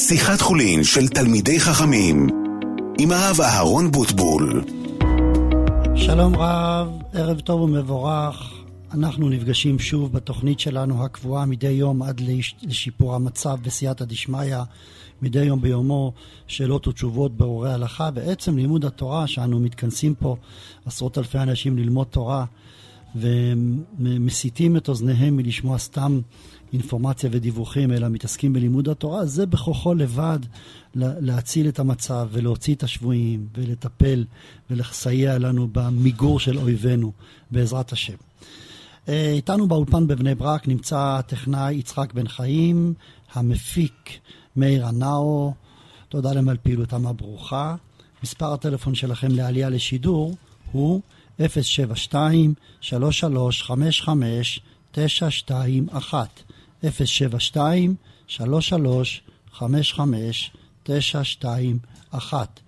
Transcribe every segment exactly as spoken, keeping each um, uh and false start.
שיחת חולין של תלמידי חכמים עם הרב אהרון בוטבול. שלום רב, ערב טוב ומבורך. אנחנו נפגשים שוב בתוכנית שלנו הקבועה מדי יום עד לשיפור המצב בסייעתא דשמיא, מדי יום ביומו, שאלות ותשובות ברורי הלכה, בעצם לימוד התורה שאנו מתכנסים פה עשרות אלפי אנשים ללמוד תורה ומסיתים את אוזניהם מלשמוע סתם אינפורמציה ודיווחים, אלא מתעסקים בלימוד התורה. זה בכוחו לבד להציל את המצב ולהוציא את השבויים ולטפל ולסייע לנו במיגור של אויבינו בעזרת השם. איתנו באולפן בבני ברק נמצא הטכנאי יצחק בן חיים, המפיק מאיר הנאו, תודה להם על פעילותם הברוכה. מספר הטלפון שלכם לעלייה לשידור הוא אפס שבע שתיים שלוש שלוש חמש חמש תשע שתיים אחת, אפס שבע שתיים שלוש שלוש חמש חמש תשע שתיים אחת.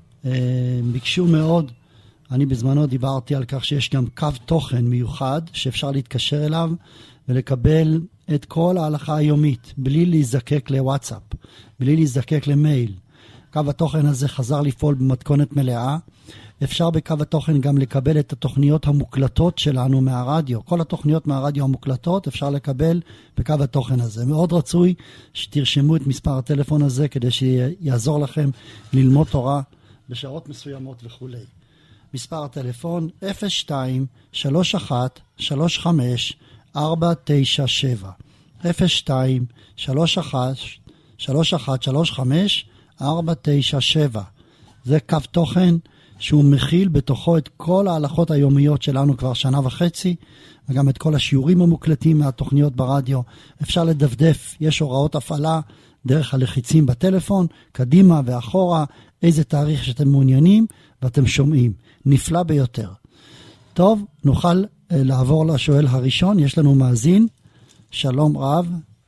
ביקשו מאוד, אני בזמנו דיברתי על כך שיש גם קו תוכן מיוחד שאפשר להתקשר אליו ולקבל את כל ההלכה היומית בלי להזדקק לוואטסאפ, בלי להזדקק למייל. קו התוכן הזה חזר לפעול במתכונת מלאה. אפשר בקו התוכן גם לקבל את התוכניות המוקלטות שלנו מהרדיו. כל התוכניות מהרדיו המוקלטות אפשר לקבל בקו התוכן הזה. מאוד רצוי שתרשמו את מספר הטלפון הזה כדי שיעזור לכם ללמוד תורה בשעות מסוימות וכו'. מספר הטלפון אפס שתיים שלוש אחת שלוש חמש ארבע תשע שבע, אפס שתיים שלוש אחת שלוש אחת שלוש חמש ארבע תשע שבע. זה קו תוכן שהוא מכיל בתוכו את כל ההלכות היומיות שלנו כבר שנה וחצי, וגם את כל השיעורים המוקלטים מהתוכניות ברדיו. אפשר לדפדף, יש הוראות הפעלה דרך הלחיצים בטלפון, קדימה ואחורה, איזה תאריך שאתם מעוניינים, ואתם שומעים. נפלא ביותר. טוב, נוכל לעבור לשואל הראשון. יש לנו מאזין. שלום רב.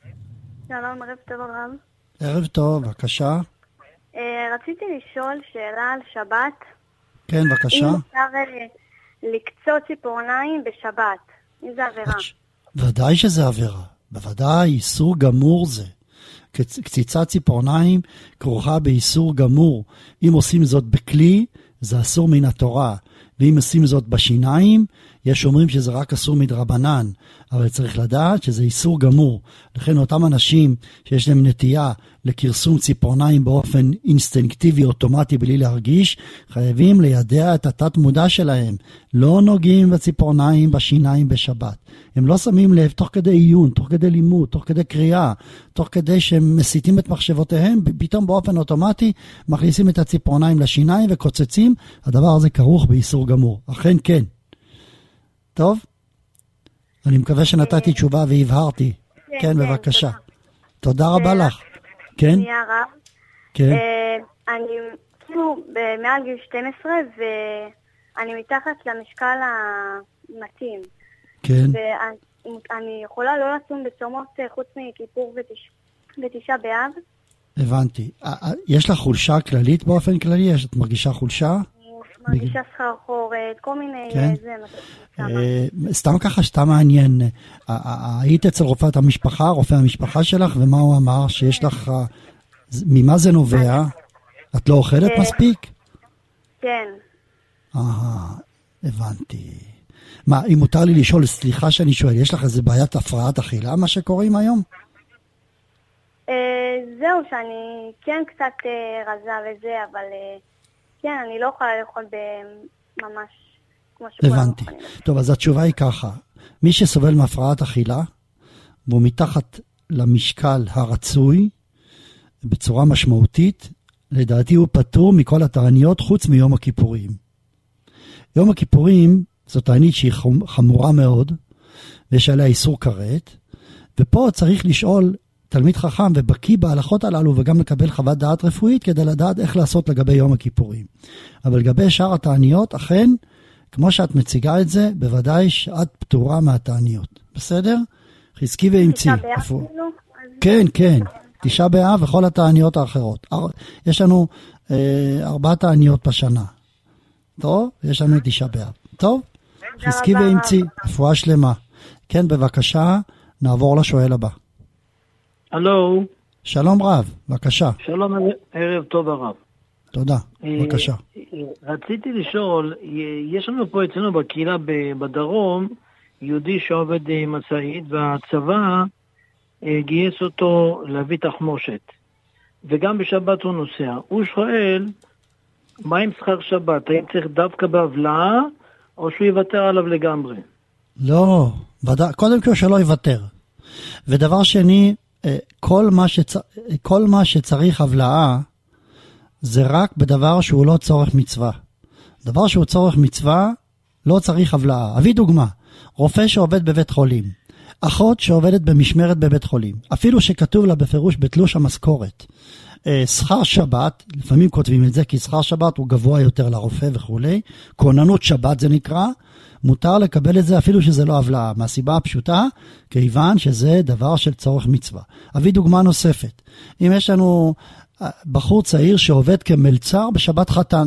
שלום, ערב טוב רב. ערב טוב, בבקשה. רציתי לשאול שאלה על שבת. כן, בבקשה. אם אפשר לקצות ציפורניים בשבת, אם זה עבירה. ודאי שזה עבירה. בוודאי, איסור גמור זה. קציצת ציפורניים כרוכה באיסור גמור. אם עושים זאת בכלי, זה אסור מן התורה. ואם עושים זאת בשיניים, יש אומרים שזה רק אסור מדרבנן, אבל צריך לדעת שזה איסור גמור. לכן אותם אנשים שיש להם נטייה לקרסום ציפורניים באופן אינסטינקטיבי, אוטומטי, בלי להרגיש, חייבים לידע את התת מודע שלהם. לא נוגעים בציפורניים, בשיניים בשבת. הם לא שמים לב תוך כדי עיון, תוך כדי לימוד, תוך כדי קריאה, תוך כדי שהם מסיתים את מחשבותיהם, פתאום באופן אוטומטי מכניסים את הציפורניים לשיניים וקוצצים. הדבר הזה כרוך באיסור גמור. אכן כן. טוב? אני מקווה שנתתי תשובה והבהרתי. כן, בבקשה. תודה רבה לך. כן? כן. אני כאילו מעל גיל שתים עשרה ואני מתחת למשקל המתאים. כן. ואני יכולה לא לצום בצומות חוץ מכיפור ותשעה באב. הבנתי. יש לך חולשה כללית באופן כללי? את מרגישה חולשה? מרגישה סחרחורת, כל מיני... סתם ככה שאתה מעניין, היית אצל רופאת המשפחה, רופא המשפחה שלך, ומה הוא אמר? שיש לך... ממה זה נובע? את לא אוכלת מספיק? כן. אה, הבנתי. מה, אם מותר לי לשאול, סליחה שאני שואל, יש לך איזה בעיית הפרעת אכילה, מה שקוראים היום? זהו, שאני כן קצת רזה וזה, אבל... כן, אני לא יכולה לאכול ממש כמו שכולם. הבנתי. טוב, אז התשובה היא ככה. מי שסובל מהפרעת אכילה, והוא מתחת למשקל הרצוי, בצורה משמעותית, לדעתי הוא פטור מכל התעניות חוץ מיום הכיפורים. יום הכיפורים זאת תענית שהיא חמורה מאוד, ויש עליה איסור כרת, ופה צריך לשאול תלמיד חכם ובקיא בהלכות הללו, וגם לקבל חוות דעת רפואית כדי לדעת איך לעשות לגבי יום הכיפורים. אבל לגבי שאר התעניות, אכן, כמו שאת מציגה את זה, בוודאי שאת פטורה מהתעניות. בסדר? חזקי ואמצי. כן, כן. תשעה באב וכל התעניות האחרות. יש לנו אה, ארבע תעניות בשנה. טוב? יש לנו תשעה באב. טוב? חזקי ואמצי. רפואה שלמה. כן, בבקשה, נעבור לשואל הבא. הלו. שלום רב, בבקשה. שלום, ערב טוב הרב. תודה, בבקשה. רציתי לשאול, יש לנו פה אצלנו בקהילה בדרום, יהודי שעובד משאית, והצבא גייס אותו להביא תחמושת. וגם בשבת הוא נוסע. הוא שואל, מה עם שכר שבת? האם צריך דווקא בהבלעה, או שהוא יוותר עליו לגמרי? לא, קודם כל שלא יוותר. ודבר שני, כל מה, שצ... כל מה שצריך הבלעה, זה רק בדבר שהוא לא צורך מצווה. דבר שהוא צורך מצווה, לא צריך הבלעה. אביא דוגמה, רופא שעובד בבית חולים, אחות שעובדת במשמרת בבית חולים, אפילו שכתוב לה בפירוש בתלוש המשכורת, שכר שבת, לפעמים כותבים את זה, כי שכר שבת הוא גבוה יותר לרופא וכו', כוננות שבת זה נקרא, מותר לקבל את זה אפילו שזה לא הבלעה, מהסיבה הפשוטה, כיוון שזה דבר של צורך מצווה. אביא דוגמה נוספת, אם יש לנו בחור צעיר שעובד כמלצר בשבת חתן,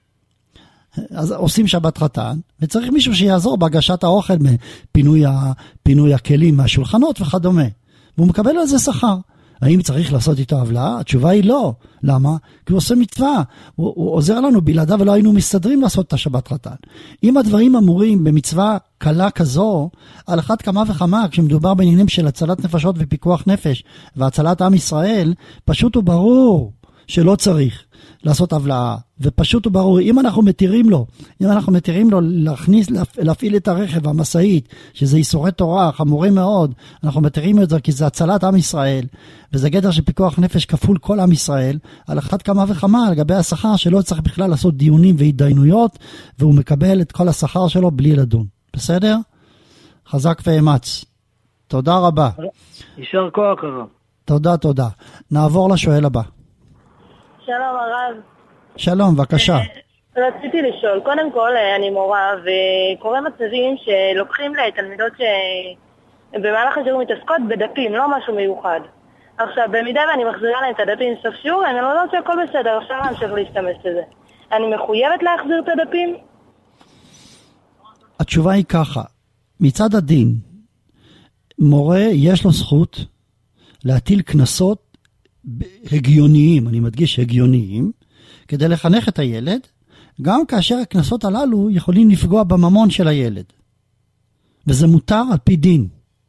אז עושים שבת חתן, וצריך מישהו שיעזור בהגשת האוכל, מפינוי פינוי הכלים מהשולחנות וכדומה, והוא מקבל על זה שכר. האם צריך לעשות איתו הבלעה? התשובה היא לא. למה? כי הוא עושה מצווה. הוא, הוא עוזר לנו, בלעדיו ולא היינו מסתדרים לעשות את השבת חתן. אם הדברים אמורים במצווה קלה כזו, על אחת כמה וכמה, כשמדובר בעניינים של הצלת נפשות ופיקוח נפש, והצלת עם ישראל, פשוט וברור שלא צריך לעשות הבלעה. ופשוט וברור, אם אנחנו מתירים לו, אם אנחנו מתירים לו להכניס, להפעיל את הרכב, המשאית, שזה איסורי תורה, חמורים מאוד, אנחנו מתירים את זה כי זה הצלת עם ישראל, וזה גדר של פיקוח נפש כפול כל עם ישראל, על אחת כמה וכמה, לגבי השכר שלא צריך בכלל לעשות דיונים והתדיינויות, והוא מקבל את כל השכר שלו בלי לדון. בסדר? חזק ואמץ. תודה רבה. יישר כוח הרב. תודה, תודה. נעבור לשואל הבא. שלום הרב. שלום, בבקשה. רציתי לשאול, קודם כל אני מורה, וקורה מצבים שלוקחים לתלמידות שבמהלך השיעור מתעסקות בדפים, לא משהו מיוחד. עכשיו, במידה ואני מחזירה להם את הדפים סוף שיעור, אני לא יודעת שהכל בסדר, אפשר להמשיך להשתמש בזה. אני מחויבת להחזיר את הדפים? התשובה היא ככה, מצד הדין, מורה יש לו זכות להטיל קנסות הגיוניים, אני מדגיש הגיוניים, כדי לחנך את הילד, גם כאשר הקנסות הללו יכולים לפגוע בממון של הילד. וזה מותר על פי דין.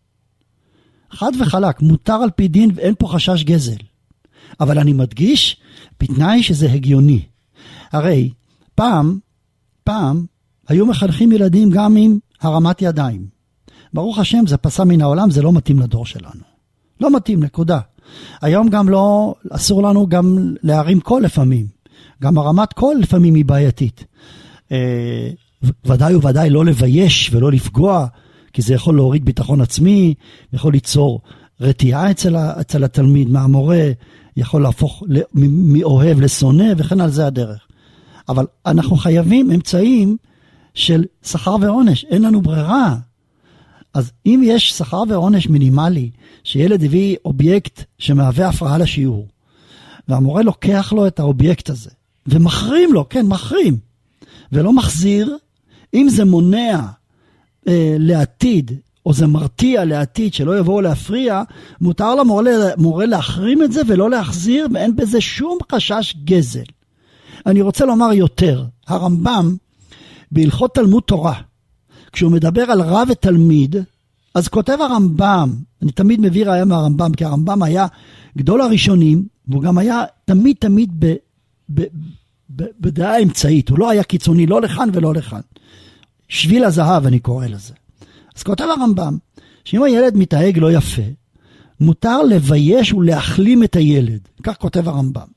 חד וחלק, מותר על פי דין ואין פה חשש גזל. אבל אני מדגיש, בתנאי שזה הגיוני. הרי פעם, פעם, היו מחנכים ילדים גם עם הרמת ידיים. ברוך השם, זה פסע מן העולם, זה לא מתאים לדור שלנו. לא מתאים, נקודה. היום גם לא, אסור לנו גם להרים קול לפעמים. גם הרמת קול לפעמים היא בעייתית. אה, ודאי וודאי לא לבייש ולא לפגוע, כי זה יכול להוריד ביטחון עצמי, יכול ליצור רתיעה אצל, אצל התלמיד מהמורה, יכול להפוך מאוהב לשונא וכן על זה הדרך. אבל אנחנו חייבים אמצעים של שכר ועונש, אין לנו ברירה. אז אם יש שכר ועונש מינימלי, שילד הביא אובייקט שמהווה הפרעה לשיעור, והמורה לוקח לו את האובייקט הזה, ומחרים לו, כן, מחרים, ולא מחזיר, אם זה מונע אה, לעתיד, או זה מרתיע לעתיד שלא יבואו להפריע, מותר למורה להחרים את זה ולא להחזיר, ואין בזה שום חשש גזל. אני רוצה לומר יותר, הרמב"ם, בהלכות תלמוד תורה, כשהוא מדבר על רב ותלמיד, אז כותב הרמב"ם, אני תמיד מביא ראיה מהרמב"ם, כי הרמב"ם היה גדול הראשונים, והוא גם היה תמיד תמיד ב, ב, ב, בדעה אמצעית, הוא לא היה קיצוני, לא לכאן ולא לכאן. שביל הזהב אני קורא לזה. אז כותב הרמב"ם, שאם הילד מתנהג לא יפה, מותר לבייש ולהחלים את הילד. כך כותב הרמב"ם.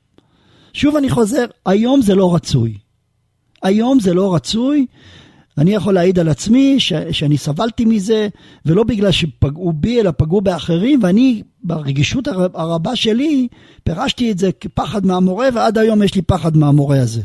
שוב אני חוזר, היום זה לא רצוי. היום זה לא רצוי, אני יכול להעיד על עצמי ש, שאני סבלתי מזה, ולא בגלל שפגעו בי, אלא פגעו באחרים, ואני ברגישות הרבה שלי, פירשתי את זה כפחד מהמורה, ועד היום יש לי פחד מהמורה הזה.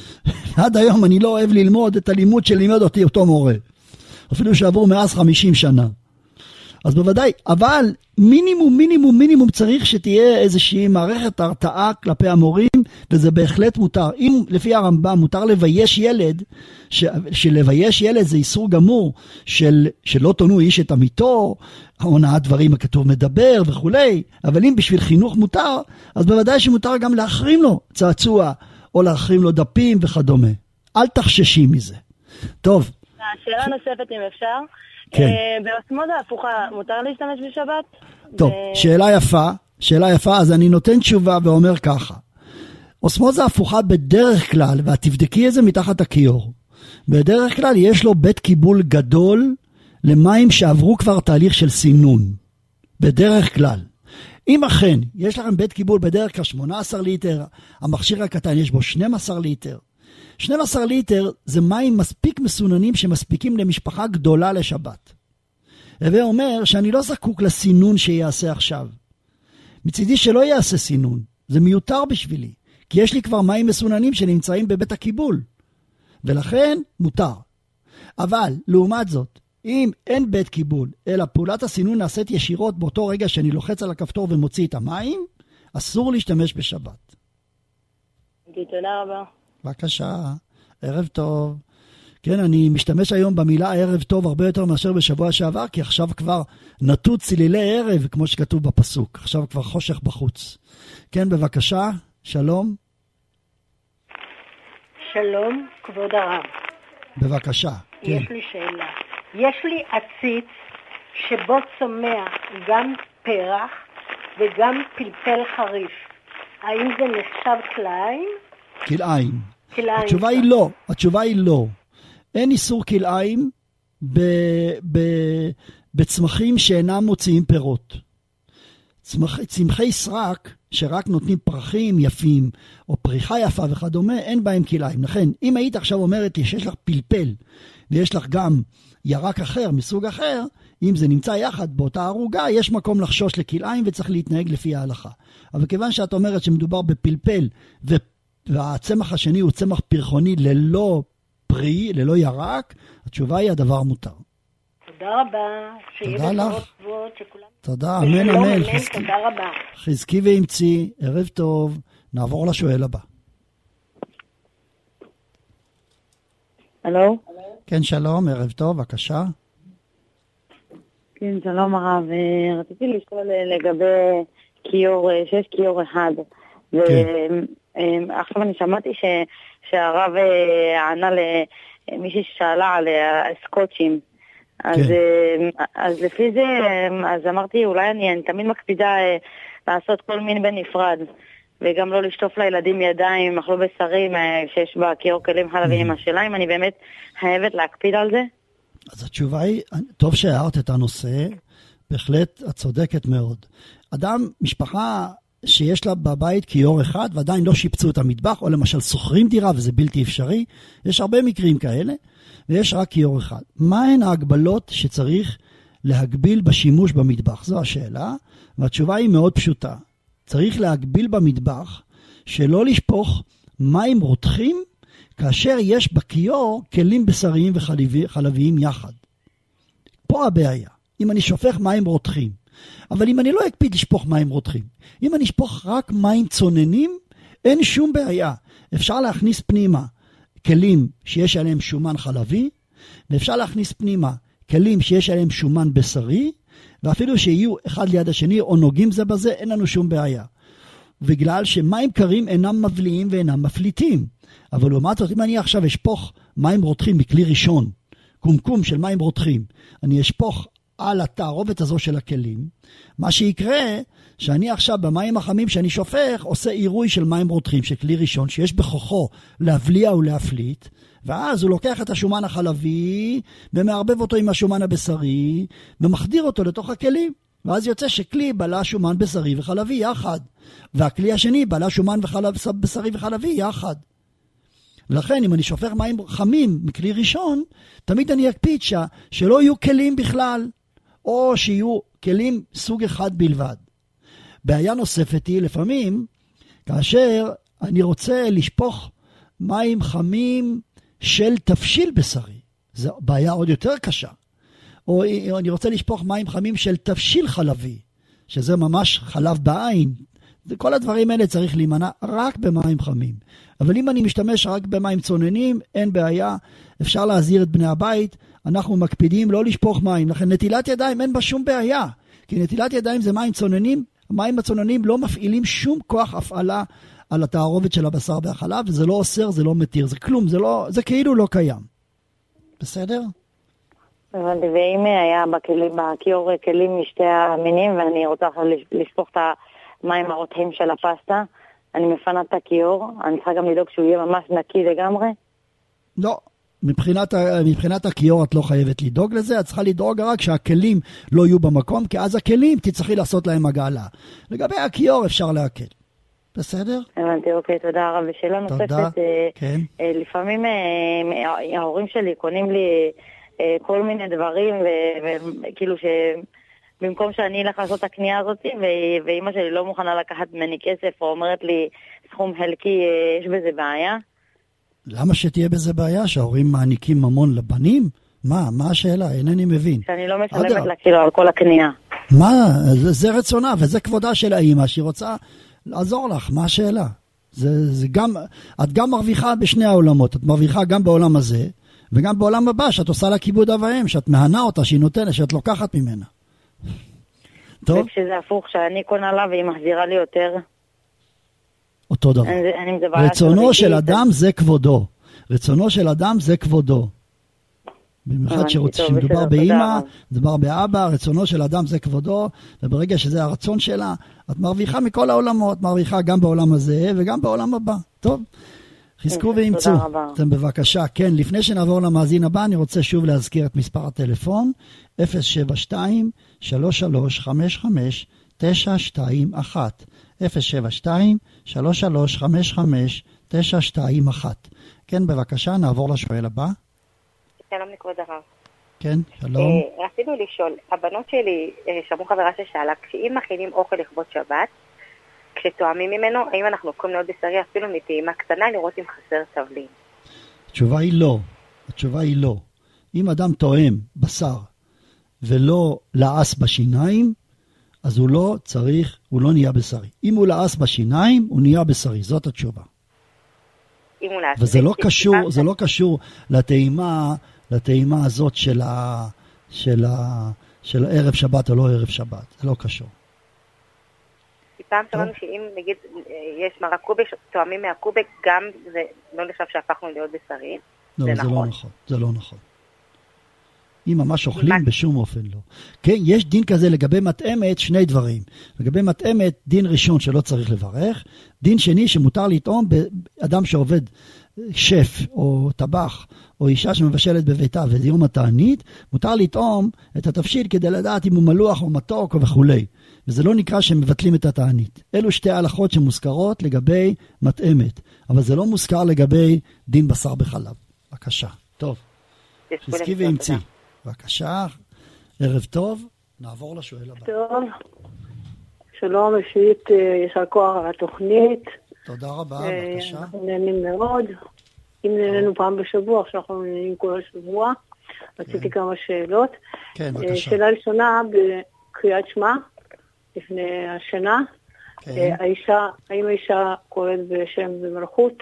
עד היום אני לא אוהב ללמוד את הלימוד שלימד אותי אותו מורה. אפילו שעבור מאז חמישים שנה. אז בוודאי, אבל מינימום, מינימום, מינימום צריך שתהיה איזושהי מערכת הרתעה כלפי המורים, וזה בהחלט מותר. אם לפי הרמב"ם מותר לבייש ילד, ש, שלבייש ילד זה איסור גמור, של, שלא תונו איש את עמיתו, הונאת דברים הכתוב מדבר וכולי, אבל אם בשביל חינוך מותר, אז בוודאי שמותר גם להחרים לו צעצוע, או להחרים לו דפים וכדומה. אל תחששי מזה. טוב. שאלה נוספת אם אפשר. כן. באוסמוזה הפוכה, מותר להשתמש בשבת? טוב, שאלה יפה, שאלה יפה, אז אני נותן תשובה ואומר ככה. אוסמוזה הפוכה בדרך כלל, ואת תבדקי את זה מתחת הכיור, בדרך כלל יש לו בית קיבול גדול למים שעברו כבר תהליך של סינון. בדרך כלל. אם אכן, יש לכם בית קיבול בדרך כלל שמונה עשר ליטר, המכשיר הקטן יש בו שנים עשר ליטר, שנים עשר ליטר זה מים מספיק מסוננים שמספיקים למשפחה גדולה לשבת. הווה אומר שאני לא זקוק לסינון שיעשה עכשיו. מצידי שלא יעשה סינון, זה מיותר בשבילי, כי יש לי כבר מים מסוננים שנמצאים בבית הקיבול, ולכן מותר. אבל לעומת זאת, אם אין בית קיבול, אלא פעולת הסינון נעשית ישירות באותו רגע שאני לוחץ על הכפתור ומוציא את המים, אסור להשתמש בשבת. תודה רבה. בבקשה, ערב טוב. כן, אני משתמש היום במילה ערב טוב הרבה יותר מאשר בשבוע שעבר, כי עכשיו כבר נטו צלילי ערב, כמו שכתוב בפסוק. עכשיו כבר חושך בחוץ. כן, בבקשה, שלום. שלום, כבוד הרב. בבקשה, כן. יש לי שאלה. יש לי עציץ שבו צומח גם פרח וגם פלפל חריף. האם זה נחשב כלאיים? כלאיים. כלאיים. התשובה היא לא, התשובה היא לא. אין איסור כלאיים ב, ב, בצמחים שאינם מוציאים פירות. צמח, צמחי סרק שרק נותנים פרחים יפים או פריחה יפה וכדומה, אין בהם כלאיים. לכן, אם היית עכשיו אומרת שיש לך פלפל ויש לך גם ירק אחר מסוג אחר, אם זה נמצא יחד באותה ערוגה, יש מקום לחשוש לכלאיים וצריך להתנהג לפי ההלכה. אבל כיוון שאת אומרת שמדובר בפלפל והצמח השני הוא צמח פרחוני ללא פרי, ללא ירק, התשובה היא הדבר מותר. תודה רבה. תודה לך. שכולם... תודה, אמן אמן. חזקי. תודה רבה. חזקי ואמצי, ערב טוב. נעבור לשואל הבא. הלו? כן, שלום, ערב טוב, בבקשה. כן, שלום הרב. רציתי לשאול לגבי כיור, שיש כיור אחד. ועכשיו אני שמעתי ש... שהרב ענה למישהי ששאלה על הסקוטשים. אז, כן. אז לפי זה, אז אמרתי, אולי אני, אני תמיד מקפידה לעשות כל מין בנפרד, וגם לא לשטוף לילדים ידיים, אכלו בשרים שיש בה כיור כלים חלביים. השאלה אם אני באמת חייבת להקפיד על זה? אז התשובה היא, טוב שהערת את הנושא, בהחלט את צודקת מאוד. אדם, משפחה שיש לה בבית כיור אחד, ועדיין לא שיפצו את המטבח, או למשל סוחרים דירה, וזה בלתי אפשרי, יש הרבה מקרים כאלה, ויש רק כיור אחד. מהן ההגבלות שצריך להגביל בשימוש במטבח? זו השאלה, והתשובה היא מאוד פשוטה. צריך להגביל במטבח שלא לשפוך מים רותחים, כאשר יש בכיור כלים בשריים וחלביים יחד. פה הבעיה. אם אני שופך מים רותחים, אבל אם אני לא אקפיד לשפוך מים רותחים, אם אני אשפוך רק מים צוננים, אין שום בעיה. אפשר להכניס פנימה כלים שיש עליהם שומן חלבי, ואפשר להכניס פנימה כלים שיש עליהם שומן בשרי, ואפילו שיהיו אחד ליד השני או נוגעים זה בזה, אין לנו שום בעיה. בגלל שמים קרים אינם מבליעים ואינם מפליטים. אבל לעומת זאת, אם אני עכשיו אשפוך מים רותחים מכלי ראשון, קומקום של מים רותחים, אני אשפוך על התערובת הזו של הכלים, מה שיקרה, שאני עכשיו במים החמים שאני שופך, עושה עירוי של מים רותחים של כלי ראשון, שיש בכוחו להבליע ולהפליט, ואז הוא לוקח את השומן החלבי, ומערבב אותו עם השומן הבשרי, ומחדיר אותו לתוך הכלים. ואז יוצא שכלי בלה שומן בשרי וחלבי יחד, והכלי השני בלה שומן וחלב, בשרי וחלבי יחד. ולכן אם אני שופך מים חמים מכלי ראשון, תמיד אני אקפיד ש... שלא יהיו כלים בכלל, או שיהיו כלים סוג אחד בלבד. בעיה נוספת היא לפעמים, כאשר אני רוצה לשפוך מים חמים של תבשיל בשרי. זו בעיה עוד יותר קשה. או, או אני רוצה לשפוך מים חמים של תבשיל חלבי, שזה ממש חלב בעין. כל הדברים האלה צריך להימנע רק במים חמים. אבל אם אני משתמש רק במים צוננים, אין בעיה, אפשר להזהיר את בני הבית, אנחנו מקפידים לא לשפוך מים. לכן נטילת ידיים אין בה שום בעיה, כי נטילת ידיים זה מים צוננים, המים הצוננים לא מפעילים שום כוח הפעלה על התערובת של הבשר והחלב, וזה לא אוסר, זה לא מתיר, זה כלום, זה, לא, זה כאילו לא קיים. בסדר? הבנתי, ואם היה בכיור כלים משתי המינים, ואני רוצה לשפוך את המים הרותחים של הפסטה, אני מפנה את הכיור, אני צריכה גם לדאוג שהוא יהיה ממש נקי לגמרי? לא. מבחינת, מבחינת הכיור את לא חייבת לדאוג לזה, את צריכה לדאוג רק שהכלים לא יהיו במקום, כי אז הכלים תצטרכי לעשות להם הגעלה. לגבי הכיור אפשר להקל. בסדר? הבנתי, אוקיי, תודה רב. ושאלה נוספת, כן. לפעמים ההורים שלי קונים לי כל מיני דברים, וכאילו שבמקום שאני אלך לעשות את הקנייה הזאת, ואמא שלי לא מוכנה לקחת ממני כסף, או אומרת לי סכום חלקי, יש בזה בעיה? למה שתהיה בזה בעיה? שההורים מעניקים ממון לבנים? מה? מה השאלה? אינני מבין. שאני לא משלמת לה כאילו על כל הקנייה. מה? זה, זה רצונה, וזה כבודה של האמא, שהיא רוצה לעזור לך. מה השאלה? זה, זה גם, את גם מרוויחה בשני העולמות. את מרוויחה גם בעולם הזה, וגם בעולם הבא, שאת עושה לה כיבוד אב ואם, שאת מהנה אותה, שהיא נותנת, שאת לוקחת ממנה. טוב? וכשזה הפוך, שאני קונה לה והיא מחזירה לי יותר... אותו דבר. רצונו של אדם זה כבודו. רצונו של אדם זה כבודו. במיוחד שמדובר באמא, מדובר באבא, רצונו של אדם זה כבודו, וברגע שזה הרצון שלה, את מרוויחה מכל העולמות, מרוויחה גם בעולם הזה וגם בעולם הבא. טוב? חזקו ואמצו. אתם בבקשה. כן, לפני שנעבור למאזין הבא, אני רוצה שוב להזכיר את מספר הטלפון, אפס שבע שתיים שלוש שלוש חמש חמש תשע שתיים אחת. אפס שבע שתיים שלוש שלוש חמש חמש תשע שתיים אחת. כן, בבקשה, נעבור לשואל הבא. שלום לכבוד הרב. כן, שלום. רצינו לשאול, הבנות שלי שמעו חברה ששאלה, כשאם מכינים אוכל לכבוד שבת, כשתואמים ממנו, האם אנחנו יכולים להיות בשרי אפילו מטעימה קטנה לראות אם חסר תבלין? התשובה היא לא. התשובה היא לא. אם אדם תואם בשר ולא לעס בשיניים, אז הוא לא צריך, הוא לא נהיה בשרי. אם הוא לעס בשיניים, הוא נהיה בשרי. זאת התשובה. אם הוא לעס. וזה לא קשור, זה לא קשור לטעימה, לטעימה הזאת של ה, של ה, של ערב שבת או לא ערב שבת. זה לא קשור. פעם שמענו שאם נגיד יש מרק קובק, תואמים מהקובק, גם זה לא נחשב שהפכנו להיות בשרי. לא, זה לא נכון. זה לא נכון. אם ממש אוכלים, בשום אופן לא. כן, יש דין כזה לגבי מטעמת, שני דברים. לגבי מטעמת, דין ראשון שלא צריך לברך, דין שני שמותר לטעום באדם שעובד, שף או טבח, או אישה שמבשלת בביתה, וזה יום התענית, מותר לטעום את התבשיל כדי לדעת אם הוא מלוח או מתוק או וכולי. וזה לא נקרא שמבטלים את התענית. אלו שתי הלכות שמוזכרות לגבי מטעמת, אבל זה לא מוזכר לגבי דין בשר בחלב. בבקשה. טוב. חזקי ואמצי. בבקשה, ערב טוב, נעבור לשואל הבא. טוב, שלום, ראשית, יישר כוח על התוכנית. תודה רבה, בבקשה. אנחנו נהנים מאוד. אם נהנינו פעם בשבוע, עכשיו אנחנו נהנים כל השבוע. רציתי כמה שאלות. כן, בבקשה. שאלה ראשונה, בקריאת שמע, לפני השנה, האישה, האם האישה קוראת בשם ומלכות?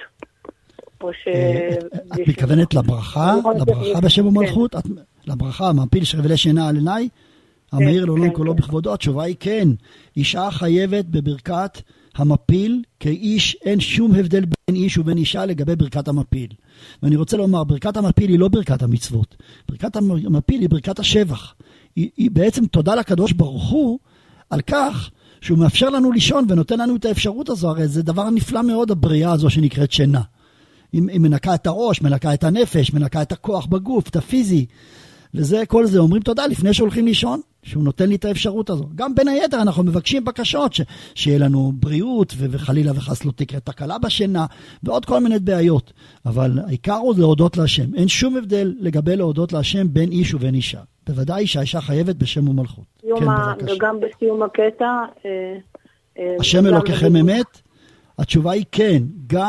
את מתכוונת לברכה? לברכה בשם ומלכות? לברכה, המפיל שרבלי שינה על עיניי, המאיר לעולם כולו בכבודו. התשובה היא כן. אישה חייבת בברכת המפיל, כאיש אין שום הבדל בין איש ובין אישה לגבי ברכת המפיל. ואני רוצה לומר, ברכת המפיל היא לא ברכת המצוות. ברכת המפיל היא ברכת השבח. היא, היא בעצם תודה לקדוש ברוך הוא על כך שהוא מאפשר לנו לישון ונותן לנו את האפשרות הזו. הרי זה דבר נפלא מאוד, הבריאה הזו שנקראת שינה. היא, היא מנקה את הראש, מנקה את הנפש, מנקה את הכוח בגוף, את הפיזי. וזה, כל זה אומרים תודה לפני שהולכים לישון, שהוא נותן לי את האפשרות הזו. גם בין היתר אנחנו מבקשים בקשות, ש, שיהיה לנו בריאות, ו, וחלילה וחס לא תקרה תקלה בשינה, ועוד כל מיני בעיות. אבל העיקר הוא להודות להשם. אין שום הבדל לגבי להודות להשם בין איש ובין אישה. בוודאי שהאישה חייבת בשם ומלכות. כן, בבקשה. וגם בסיום הקטע... השם אלוקיכם אמת? התשובה היא כן. גם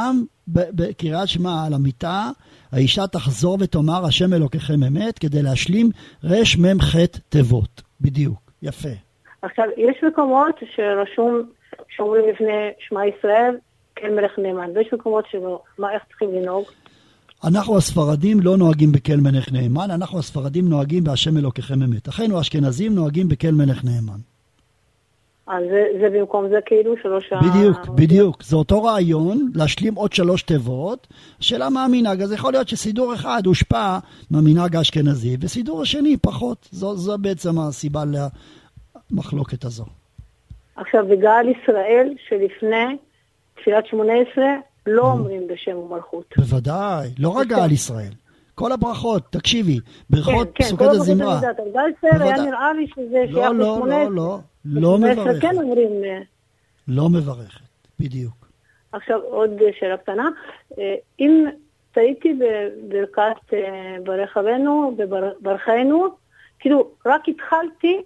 בקריאת שמע על המיטה, האישה תחזור ותאמר השם אלוקיכם אמת, כדי להשלים רש מם ח' תיבות. בדיוק, יפה. עכשיו, יש מקומות שרשום, שאומרים לפני שמע ישראל, כן מלך נאמן, ויש מקומות שלא, מה, איך צריכים לנהוג? אנחנו הספרדים לא נוהגים בכל מלך נאמן, אנחנו הספרדים נוהגים בהשם אלוקיכם אמת. אחינו האשכנזים נוהגים בכל מלך נאמן. אז זה, זה במקום זה כאילו שלוש... בדיוק, ה... בדיוק. זה אותו רעיון, להשלים עוד שלוש תיבות. השאלה מה המנהג, אז יכול להיות שסידור אחד הושפע מהמנהג האשכנזי, וסידור השני פחות. זו, זו בעצם הסיבה למחלוקת הזו. עכשיו, בגאל ישראל שלפני תפילת שמונה עשרה, לא אומרים בשם ומלכות. בוודאי, לא רק גאל ישראל. כל הברכות, תקשיבי, ברכות פסוקי הזמרה. כן, כן, כל הברכות אני יודעת, גאל ישראל היה נראה לי שזה שייך לשמונה עשרה. לא, לא, לא, לא מברכת. כן אומרים... לא מברכת, בדיוק. עכשיו עוד שאלה קטנה, אם טעיתי בברכת ברך אבינו, בברכנו, כאילו רק התחלתי,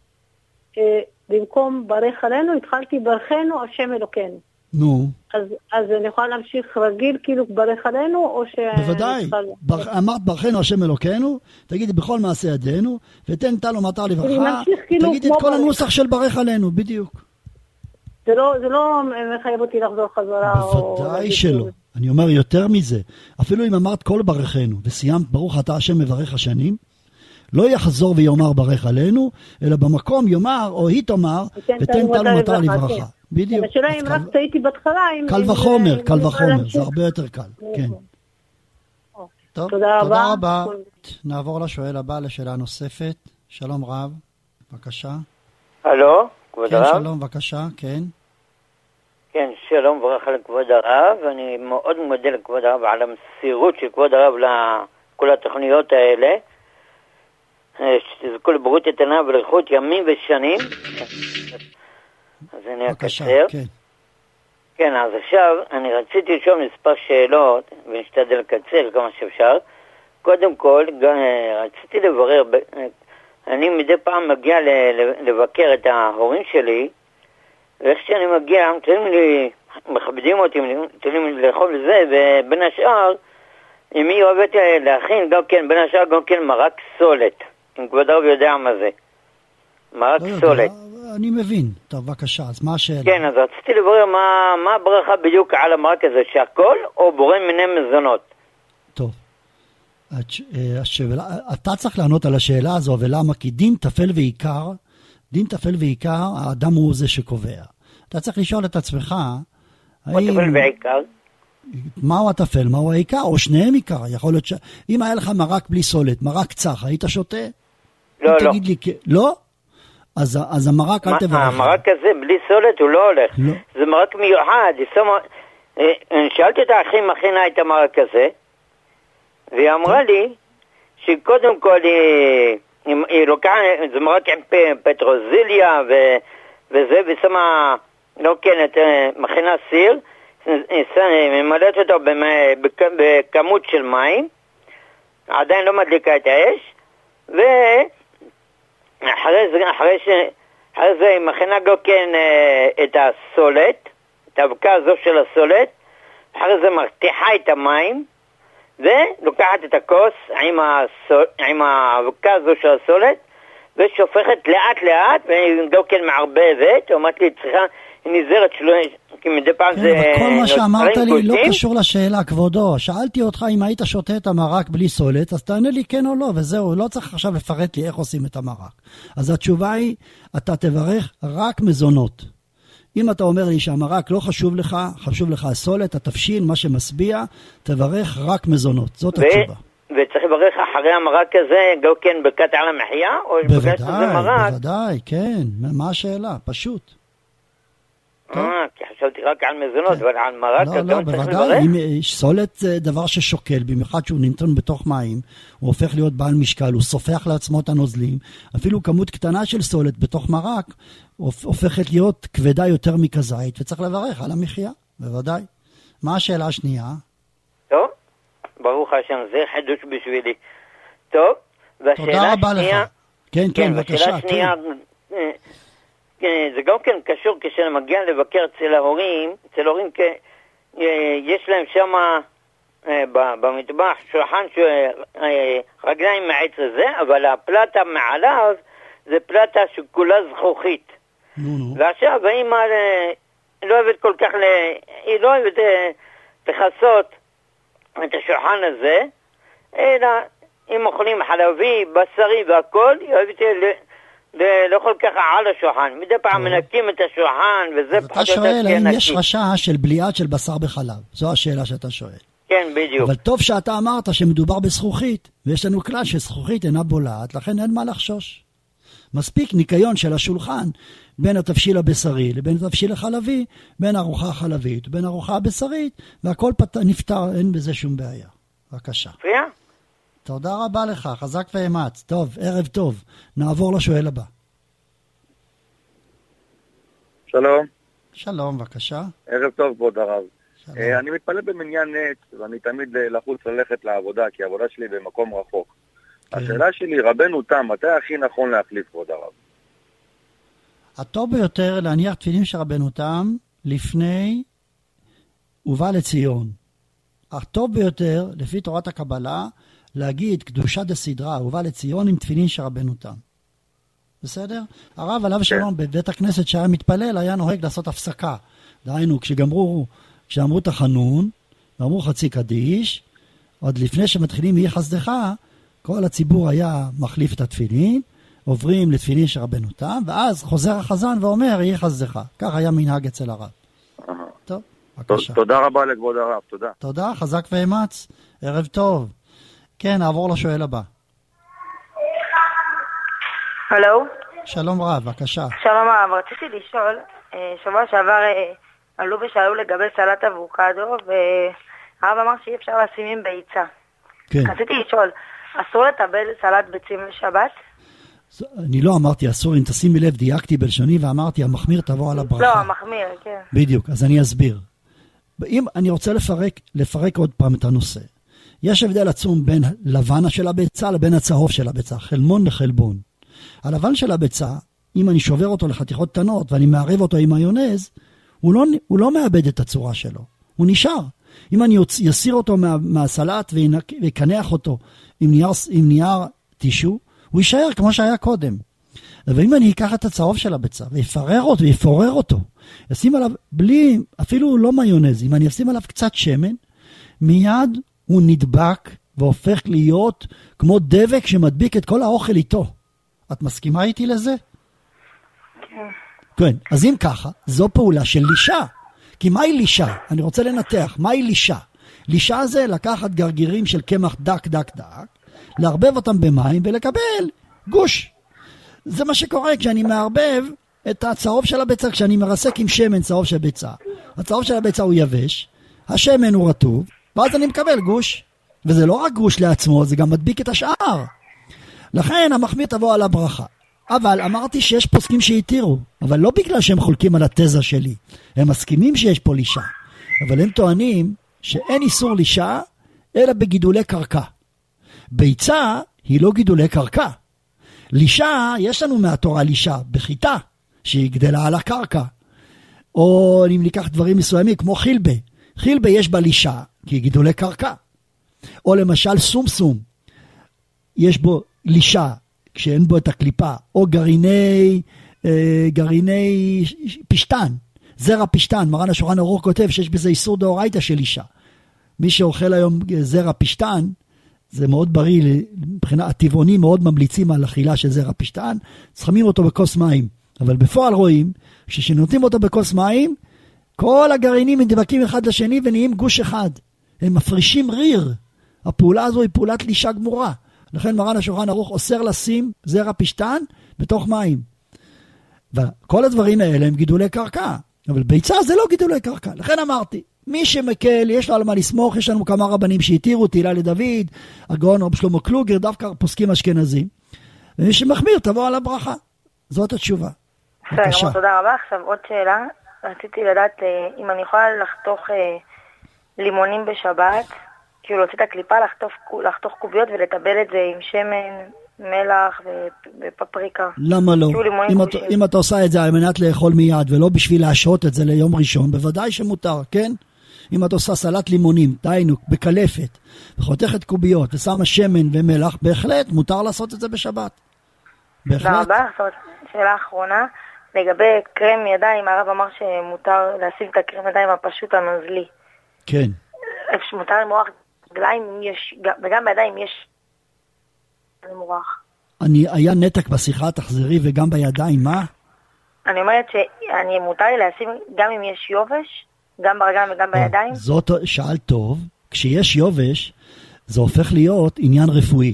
במקום ברך עלינו, התחלתי ברכנו השם אלוקינו. נו. אז, אז אני יכולה להמשיך רגיל, כאילו ברך עלינו, או ש... בוודאי. בר... אמרת ברכנו השם אלוקינו, תגידי בכל מעשה ידינו, ותן תלו מטר לברכה, כאילו תגידי את כל ברך. הנוסח של ברך עלינו, בדיוק. זה לא, זה לא מחייב אותי לחזור חזרה. בוודאי או... שלא. אני אומר יותר מזה. אפילו אם אמרת כל ברכנו, וסיימת ברוך אתה השם מברך השנים, לא יחזור ויאמר ברך עלינו, אלא במקום יאמר, או היא תאמר, ותן תלו מטר לברכה. בדיוק. השאלה אם רק טעיתי בהתחלה, קל וחומר, קל וחומר, זה הרבה יותר קל, כן. טוב, תודה רבה. נעבור לשואל הבא לשאלה נוספת. שלום רב, בבקשה. הלו, כבוד הרב. כן, שלום, בבקשה, כן. כן, שלום וברכה לכבוד הרב. אני מאוד מודה לכבוד הרב על המסירות של כבוד הרב לכל התוכניות האלה. שתזכו לבריאות איתנה ולאריכות ימים ושנים. אז אני אקצר. כן. כן, אז עכשיו אני רציתי לשאול מספר שאלות, ונשתדל לקצר כמה שאפשר. קודם כל, רציתי לברר, אני מדי פעם מגיע לבקר את ההורים שלי, ואיך שאני מגיע, הם תולים לי, מכבדים אותי, תולים לי לאכול לזה, ובין השאר, אם היא אוהבת להכין, גם כן, בין השאר גם כן מרק סולת. אם כבוד הרב יודע מה זה. מרק סולת. אני מבין. טוב, בבקשה, אז מה השאלה? כן, אז רציתי לברר מה, מה הברכה בדיוק על המרק הזה, שהכל או בורא מיני מזונות? טוב. השאלה, אתה צריך לענות על השאלה הזו, ולמה? כי דין תפל ועיקר, דין תפל ועיקר, האדם הוא זה שקובע. אתה צריך לשאול את עצמך, מה תפל ועיקר? מהו התפל, מהו העיקר, או שניהם עיקר. יכול להיות ש... אם היה לך מרק בלי סולת, מרק צח, היית שותה? לא, לא. לי, לא? אז, אז המרק אל תברך. המרק הזה בלי סולת הוא לא הולך. לא. זה מרק מיוחד. אני שאלתי את האחים מכינה את המרק הזה, והיא אמרה לי שקודם כל היא, היא לוקחה, זה מרק עם פטרוזיליה ו, וזה, ושמה, לא כן, את מכינה סיר, ממלאת אותו בכמות של מים, עדיין לא מדליקה את האש, ו... אחרי זה, אחרי ש... אחרי זה היא מכינה גם כן אה, את הסולת, את האבקה הזו של הסולת, אחרי זה מרתיחה את המים, ולוקחת את הכוס עם, הסול... עם האבקה הזו של הסולת, ושופכת לאט לאט, וגם כן מערבבת, אומרת לי, צריכה, היא נזרת שלו, כי מדי פעם כן, זה... כל מה שאמרת לי גושים. לא קשור לשאלה, כבודו. שאלתי אותך אם היית שותה את המרק בלי סולת, אז תענה לי כן או לא, וזהו, לא צריך עכשיו לפרט לי איך עושים את המרק. אז התשובה היא, אתה תברך רק מזונות. אם אתה אומר לי שהמרק לא חשוב לך, חשוב לך הסולת, התבשיל, מה שמשביע, תברך רק מזונות. זאת ו... התשובה. וצריך לברך אחרי המרק הזה, גם כן ברכת על המחיה? בוודאי, בוודאי, כן. מה השאלה? פשוט. אה, כי חשבתי רק על מזונות, אבל על מרק לא, לא, בוודאי, סולת זה דבר ששוקל, במיוחד שהוא נמצא בתוך מים, הוא הופך להיות בעל משקל, הוא סופח לעצמו את הנוזלים, אפילו כמות קטנה של סולת בתוך מרק, הופכת להיות כבדה יותר מכזית, וצריך לברך על המחיה, בוודאי. מה השאלה השנייה? טוב, ברוך השם, זה חידוש בשבילי. טוב, תודה רבה לך. כן, כן, בבקשה, כן. זה גם כן קשור כשאני מגיע לבקר אצל ההורים, אצל ההורים יש להם שם במטבח שולחן רגליים מעץ הזה, אבל הפלטה מעליו זה פלטה שכולה זכוכית. ועכשיו האמא לא אוהבת כל כך, היא לא אוהבת לחסות את השולחן הזה, אלא אם אוכלים חלבי, בשרי והכל, היא אוהבת לאכול ככה על השולחן. מדי פעם מנקים את השולחן, וזה פחות יותר כנקי. אתה שואל האם יש חשש של בליעת של בשר בחלב? זו השאלה שאתה שואל. כן, בדיוק. אבל טוב שאתה אמרת שמדובר בזכוכית, ויש לנו כלל שזכוכית אינה בולעת, לכן אין מה לחשוש. מספיק ניקיון של השולחן בין התבשיל הבשרי לבין התבשיל החלבי, בין ארוחה החלבית ובין ארוחה הבשרית, והכל פת... נפטר, אין בזה שום בעיה. בבקשה. פריאה? תודה רבה לך, חזק ואמץ. טוב, ערב טוב. נעבור לשואל הבא. שלום. שלום, בבקשה. ערב טוב, כבוד הרב. אני מתפלל במניין נץ, ואני תמיד לחוץ ללכת לעבודה, כי העבודה שלי במקום רחוק. השאלה שלי, רבנו תם, מתי הכי נכון להחליף, כבוד הרב? הטוב ביותר להניח תפילין של רבנו תם לפני ובא לציון. הטוב ביותר, לפי תורת הקבלה, להגיד קדושה דסדרה ובא לציון עם תפילין של רבנו תם. בסדר? הרב עליו שלום בבית הכנסת שהיה מתפלל היה נוהג לעשות הפסקה. דהיינו, כשגמרו, כשאמרו תחנון, ואמרו חצי קדיש, עוד לפני שמתחילים יהיה חסדך, כל הציבור היה מחליף את התפילין, עוברים לתפילין של רבנו תם, ואז חוזר החזן ואומר יהיה חסדך. כך היה מנהג אצל הרב. טוב, בבקשה. תודה רבה לכבוד הרב, תודה. תודה, חזק ואמץ. ערב טוב. כן, נעבור לשואל הבא. הלו? שלום רב, בבקשה. שלום רב, רציתי לשאול, שבוע שעבר עלו ושאלו לגבי סלט אבוקדו, והרב אמר שאי אפשר לשים עם ביצה. כן. רציתי לשאול, אסור לטבל סלט ביצים לשבת? אני לא אמרתי אסור, אם תשימי לב, דייקתי בלשוני ואמרתי, המחמיר תבוא על הברכה. לא, המחמיר, כן. בדיוק, אז אני אסביר. אם אני רוצה לפרק, לפרק עוד פעם את הנושא. יש הבדל עצום בין לבנה של הביצה לבין הצהוב של הביצה, חלמון לחלבון. הלבן של הביצה, אם אני שובר אותו לחתיכות קטנות ואני מערב אותו עם מיונז, הוא לא, הוא לא מאבד את הצורה שלו, הוא נשאר. אם אני יסיר אותו מה, מהסלט ויקנח אותו עם נייר, עם נייר טישו, הוא יישאר כמו שהיה קודם. אבל אם אני אקח את הצהוב של הביצה ויפרר אותו ויפורר אותו, אשים עליו בלי, אפילו לא מיונז, אם אני אשים עליו קצת שמן, מיד הוא נדבק והופך להיות כמו דבק שמדביק את כל האוכל איתו. את מסכימה איתי לזה? כן. כן, אז אם ככה, זו פעולה של לישה. כי מהי לישה? אני רוצה לנתח, מהי לישה? לישה זה לקחת גרגירים של קמח דק דק דק, לערבב אותם במים ולקבל גוש. זה מה שקורה כשאני מערבב את הצהוב של הביצה, כשאני מרסק עם שמן צהוב של ביצה. הצהוב של הביצה הוא יבש, השמן הוא רטוב, ואז אני מקבל גוש. וזה לא רק גוש לעצמו, זה גם מדביק את השאר. לכן המחמיר תבוא על הברכה. אבל אמרתי שיש פוסקים שהתירו, אבל לא בגלל שהם חולקים על התזה שלי. הם מסכימים שיש פה לישה. אבל הם טוענים שאין איסור לישה, אלא בגידולי קרקע. ביצה היא לא גידולי קרקע. לישה, יש לנו מהתורה לישה בחיטה, שהיא גדלה על הקרקע. או אם ניקח דברים מסוימים, כמו חילבה. חילבה יש בה לישה, כי היא גידולי קרקע. או למשל סומסום, יש בו לישה, כשאין בו את הקליפה, או גרעיני, אה, גרעיני פשטן, זרע פשטן. מרן השולחן ערוך כותב שיש בזה איסור דאורייתא של אישה. מי שאוכל היום זרע פשטן, זה מאוד בריא, מבחינה הטבעונים מאוד ממליצים על אכילה של זרע פשטן, שמים אותו בכוס מים. אבל בפועל רואים, כשנותנים אותו בכוס מים, כל הגרעינים מדבקים אחד לשני ונהיים גוש אחד. הם מפרישים ריר. הפעולה הזו היא פעולת לישה גמורה. לכן מרן השולחן ערוך אוסר לשים זרע פשטן בתוך מים. וכל הדברים האלה הם גידולי קרקע. אבל ביצה זה לא גידולי קרקע. לכן אמרתי, מי שמקל, יש לו על מה לסמוך, יש לנו כמה רבנים שהתירו, תהילה לדוד, הגאון רב שלמה קלוגר, דווקא פוסקים אשכנזים. ומי שמחמיר תבוא על הברכה. זאת התשובה. בסדר, תודה רבה. עכשיו עוד שאלה. רציתי לדעת אם אני יכולה לחתוך לימונים בשבת, כאילו להוציא את הקליפה, לחתוך, לחתוך קוביות ולטבל את זה עם שמן, מלח ופפריקה. למה לא? אם אתה, אם אתה עושה את זה על מנת לאכול מיד ולא בשביל להשעות את זה ליום ראשון, בוודאי שמותר, כן? אם את עושה סלט לימונים, דיינו, בקלפת, וחותכת קוביות, ושמה שמן ומלח, בהחלט מותר לעשות את זה בשבת. בהחלט. תודה רבה. שאלה אחרונה, לגבי קרם ידיים, הרב אמר שמותר לשים את הקרם ידיים הפשוט הנוזלי. כן. מותר למרוח רגליים, וגם בידיים יש למרוח. אני, היה נתק בשיחה, תחזרי, וגם בידיים, מה? אני אומרת שאני מותר לי לשים, גם אם יש יובש, גם ברגליים וגם בידיים. זאת שאל טוב, כשיש יובש, זה הופך להיות עניין רפואי.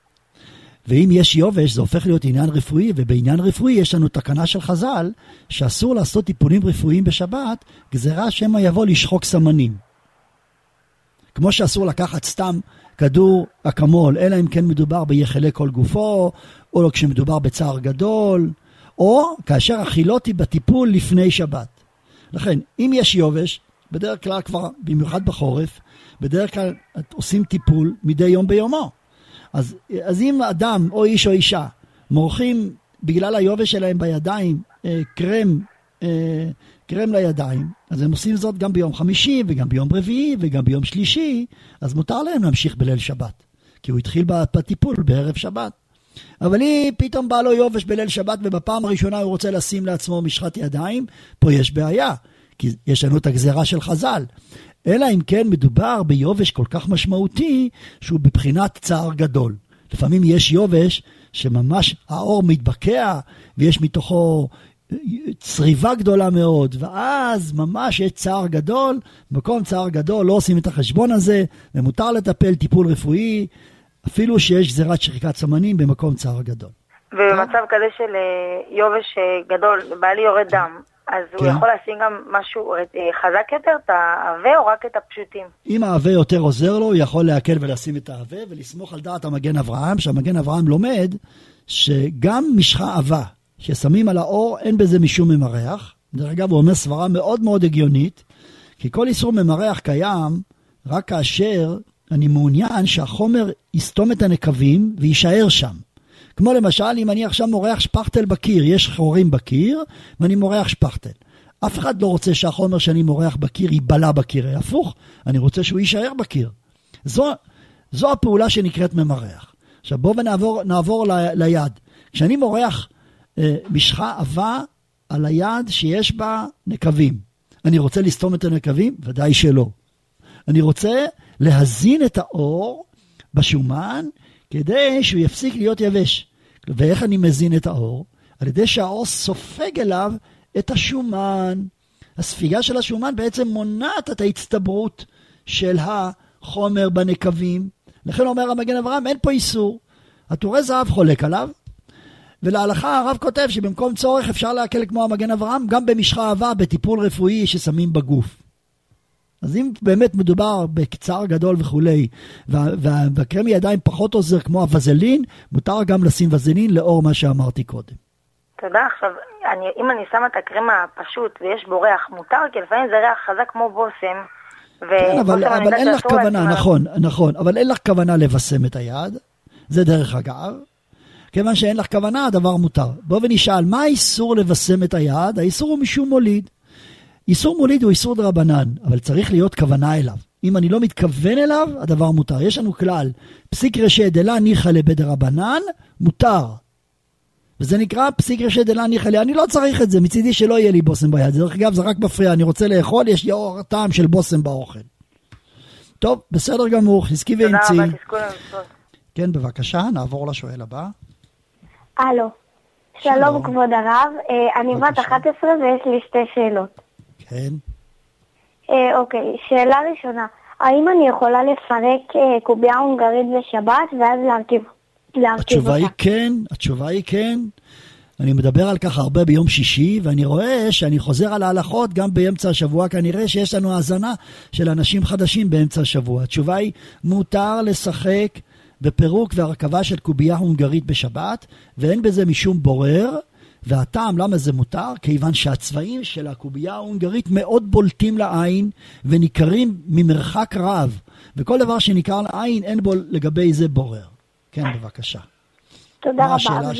ואם יש יובש, זה הופך להיות עניין רפואי, ובעניין רפואי יש לנו תקנה של חז"ל, שאסור לעשות טיפולים רפואיים בשבת, גזירה שמא יבוא לשחוק סמנים. כמו שאסור לקחת סתם כדור אקמול, אלא אם כן מדובר ביחלי כל גופו, או לא כשמדובר בצער גדול, או כאשר אכילות היא בטיפול לפני שבת. לכן, אם יש יובש, בדרך כלל כבר, במיוחד בחורף, בדרך כלל עושים טיפול מדי יום ביומו. אז, אז אם אדם או איש או אישה מורחים בגלל היובש שלהם בידיים אה, קרם, אה, קרם לידיים, אז הם עושים זאת גם ביום חמישי וגם ביום רביעי וגם ביום שלישי, אז מותר להם להמשיך בליל שבת, כי הוא התחיל בטיפול בערב שבת. אבל אם פתאום בא לו יובש בליל שבת ובפעם הראשונה הוא רוצה לשים לעצמו משחת ידיים, פה יש בעיה, כי יש לנו את הגזרה של חז"ל. אלא אם כן מדובר ביובש כל כך משמעותי שהוא בבחינת צער גדול. לפעמים יש יובש שממש האור מתבקע ויש מתוכו צריבה גדולה מאוד, ואז ממש יש צער גדול. במקום צער גדול לא עושים את החשבון הזה, ומותר לטפל טיפול רפואי אפילו שיש גזירת שחיקת סמנים במקום צער גדול. ובמצב כזה של יובש גדול, בעלי יורד דם, אז הוא יכול לשים גם משהו חזק יותר, את העווה או רק את הפשוטים? אם העווה יותר עוזר לו, הוא יכול להקל ולשים את העווה, ולסמוך על דעת המגן אברהם, שהמגן אברהם לומד שגם משחה עווה ששמים על האור, אין בזה משום ממרח. דרך אגב, הוא אומר סברה מאוד מאוד הגיונית, כי כל איסור ממרח קיים רק כאשר אני מעוניין שהחומר יסתום את הנקבים וישאר שם. כמו למשל, אם אני עכשיו מורח שפכטל בקיר, יש חורים בקיר, ואני מורח שפכטל. אף אחד לא רוצה שהחומר שאני מורח בקיר ייבלע בקיר, הפוך, אני רוצה שהוא יישאר בקיר. זו, זו הפעולה שנקראת ממרח. עכשיו בואו ונעבור נעבור ל, ליד. כשאני מורח אה, משחה עבה על היד שיש בה נקבים, אני רוצה לסתום את הנקבים? ודאי שלא. אני רוצה להזין את האור בשומן, כדי שהוא יפסיק להיות יבש. ואיך אני מזין את האור? על ידי שהאור סופג אליו את השומן. הספיגה של השומן בעצם מונעת את ההצטברות של החומר בנקבים. לכן אומר המגן אברהם, אין פה איסור. הטורי זהב חולק עליו, ולהלכה הרב כותב שבמקום צורך אפשר להקל כמו המגן אברהם, גם במשחה עבה, בטיפול רפואי ששמים בגוף. אז אם באמת מדובר בקצר גדול וכולי, והקרם ידיים פחות עוזר כמו הווזלין, מותר גם לשים וזלין לאור מה שאמרתי קודם. תודה. עכשיו, אני, אם אני שמה את הקרם הפשוט ויש בו ריח, מותר, כי לפעמים זה ריח חזק כמו בושם. כן, אבל, אבל אין לך כוונה, נכון, נכון, אבל אין לך כוונה לבשם את היד, זה דרך אגב. כיוון שאין לך כוונה, הדבר מותר. בוא ונשאל, מה האיסור לבשם את היד? האיסור הוא משום מוליד. איסור מוליד הוא איסור דרבנן, אבל צריך להיות כוונה אליו. אם אני לא מתכוון אליו, הדבר מותר. יש לנו כלל, פסיק רשע דלה ניחא לבדרבנן, מותר. וזה נקרא פסיק רשע דלה ניחא לי. אני לא צריך את זה, מצידי שלא יהיה לי בושם ביד. דרך אגב, זה רק מפריע, אני רוצה לאכול, יש לי אור טעם של בושם באוכל. טוב, בסדר גמור, חזקי ואמצי. תודה רבה, תזכו למצוות. כן, בבקשה, נעבור לשואל הבא. הלו, שלום כבוד הרב, אני בת אחת עשרה ויש לי שתי שאלות. כן. אוקיי, שאלה ראשונה, האם אני יכולה לפרק קובייה הונגרית בשבת ואז להרכיב אותה? התשובה היא כן, התשובה היא כן. אני מדבר על כך הרבה ביום שישי, ואני רואה שאני חוזר על ההלכות גם באמצע השבוע, כנראה שיש לנו האזנה של אנשים חדשים באמצע השבוע. התשובה היא, מותר לשחק בפירוק והרכבה של קובייה הונגרית בשבת, ואין בזה משום בורר, והטעם למה זה מותר? כיוון שהצבעים של הקובייה ההונגרית מאוד בולטים לעין, וניכרים ממרחק רב, וכל דבר שניכר לעין אין בו לגבי זה בורר. כן, בבקשה. תודה רבה. שאלה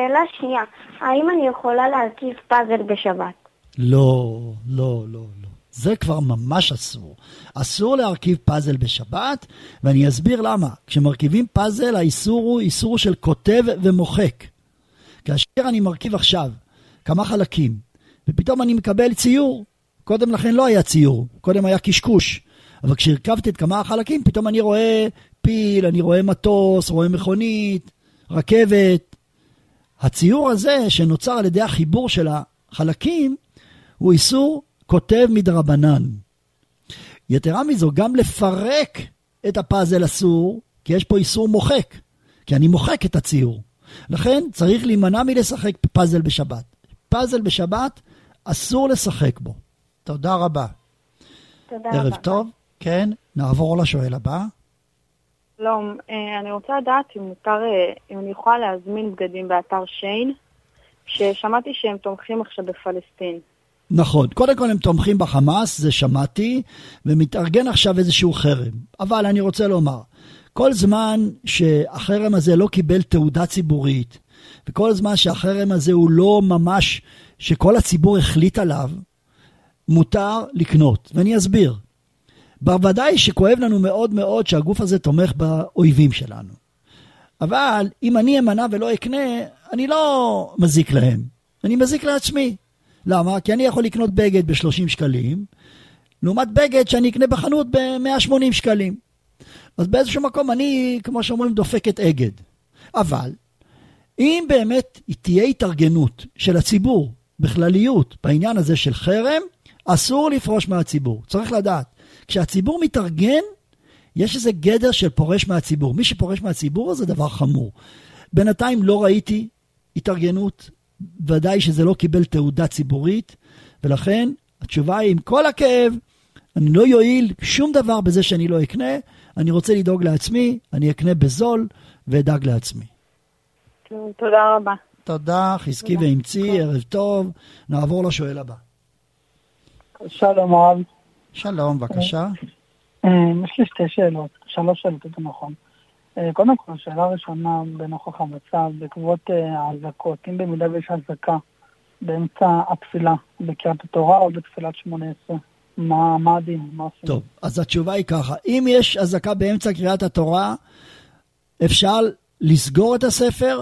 שנייה, האם אני יכולה להרכיב פאזל בשבת? לא, לא, לא, לא. זה כבר ממש אסור. אסור להרכיב פאזל בשבת, ואני אסביר למה. כשמרכיבים פאזל, האיסור הוא איסור של כותב ומוחק. כאשר אני מרכיב עכשיו כמה חלקים, ופתאום אני מקבל ציור. קודם לכן לא היה ציור, קודם היה קשקוש. אבל כשהרכבתי את כמה החלקים, פתאום אני רואה פיל, אני רואה מטוס, רואה מכונית, רכבת. הציור הזה שנוצר על ידי החיבור של החלקים, הוא איסור כותב מדרבנן. יתרה מזו, גם לפרק את הפאזל אסור, כי יש פה איסור מוחק, כי אני מוחק את הציור. לכן צריך להימנע מלשחק פאזל בשבת. פאזל בשבת אסור לשחק בו. תודה רבה. תודה ערב רבה. טוב. כן, נעבור לשואל הבא. שלום, אני רוצה לדעת אם מותר, אם אני יכולה להזמין בגדים באתר שיין, ששמעתי שהם תומכים עכשיו בפלסטין. נכון, קודם כל הם תומכים בחמאס, זה שמעתי, ומתארגן עכשיו איזשהו חרם. אבל אני רוצה לומר, כל זמן שהחרם הזה לא קיבל תעודה ציבורית, וכל זמן שהחרם הזה הוא לא ממש, שכל הציבור החליט עליו, מותר לקנות. ואני אסביר. בוודאי שכואב לנו מאוד מאוד שהגוף הזה תומך באויבים שלנו. אבל אם אני אמנע ולא אקנה, אני לא מזיק להם. אני מזיק לעצמי. למה? כי אני יכול לקנות בגד ב-שלושים שקלים, לעומת בגד שאני אקנה בחנות ב-מאה ושמונים שקלים. אז באיזשהו מקום אני, כמו שאומרים, דופק את אגד. אבל, אם באמת תהיה התארגנות של הציבור בכלליות בעניין הזה של חרם, אסור לפרוש מהציבור. צריך לדעת. כשהציבור מתארגן, יש איזה גדר של פורש מהציבור. מי שפורש מהציבור זה דבר חמור. בינתיים לא ראיתי התארגנות, ודאי שזה לא קיבל תעודה ציבורית, ולכן התשובה היא עם כל הכאב, אני לא יועיל שום דבר בזה שאני לא אקנה, אני רוצה לדאוג לעצמי, אני אקנה בזול ואדאג לעצמי. תודה רבה. תודה, חזקי ואמצי, ערב טוב. נעבור לשואל הבא. שלום רב. שלום, בבקשה. יש לי שתי שאלות, שלוש שאלות, זה נכון. קודם כל, שאלה ראשונה בנוכח המצב, בעקבות האזעקות, אם במידה ויש אזעקה באמצע התפילה, בקריאת התורה או בתפילת שמונה עשרה, מה, מה הדין? מה עושים? טוב, אז התשובה היא ככה, אם יש אזעקה באמצע קריאת התורה, אפשר לסגור את הספר,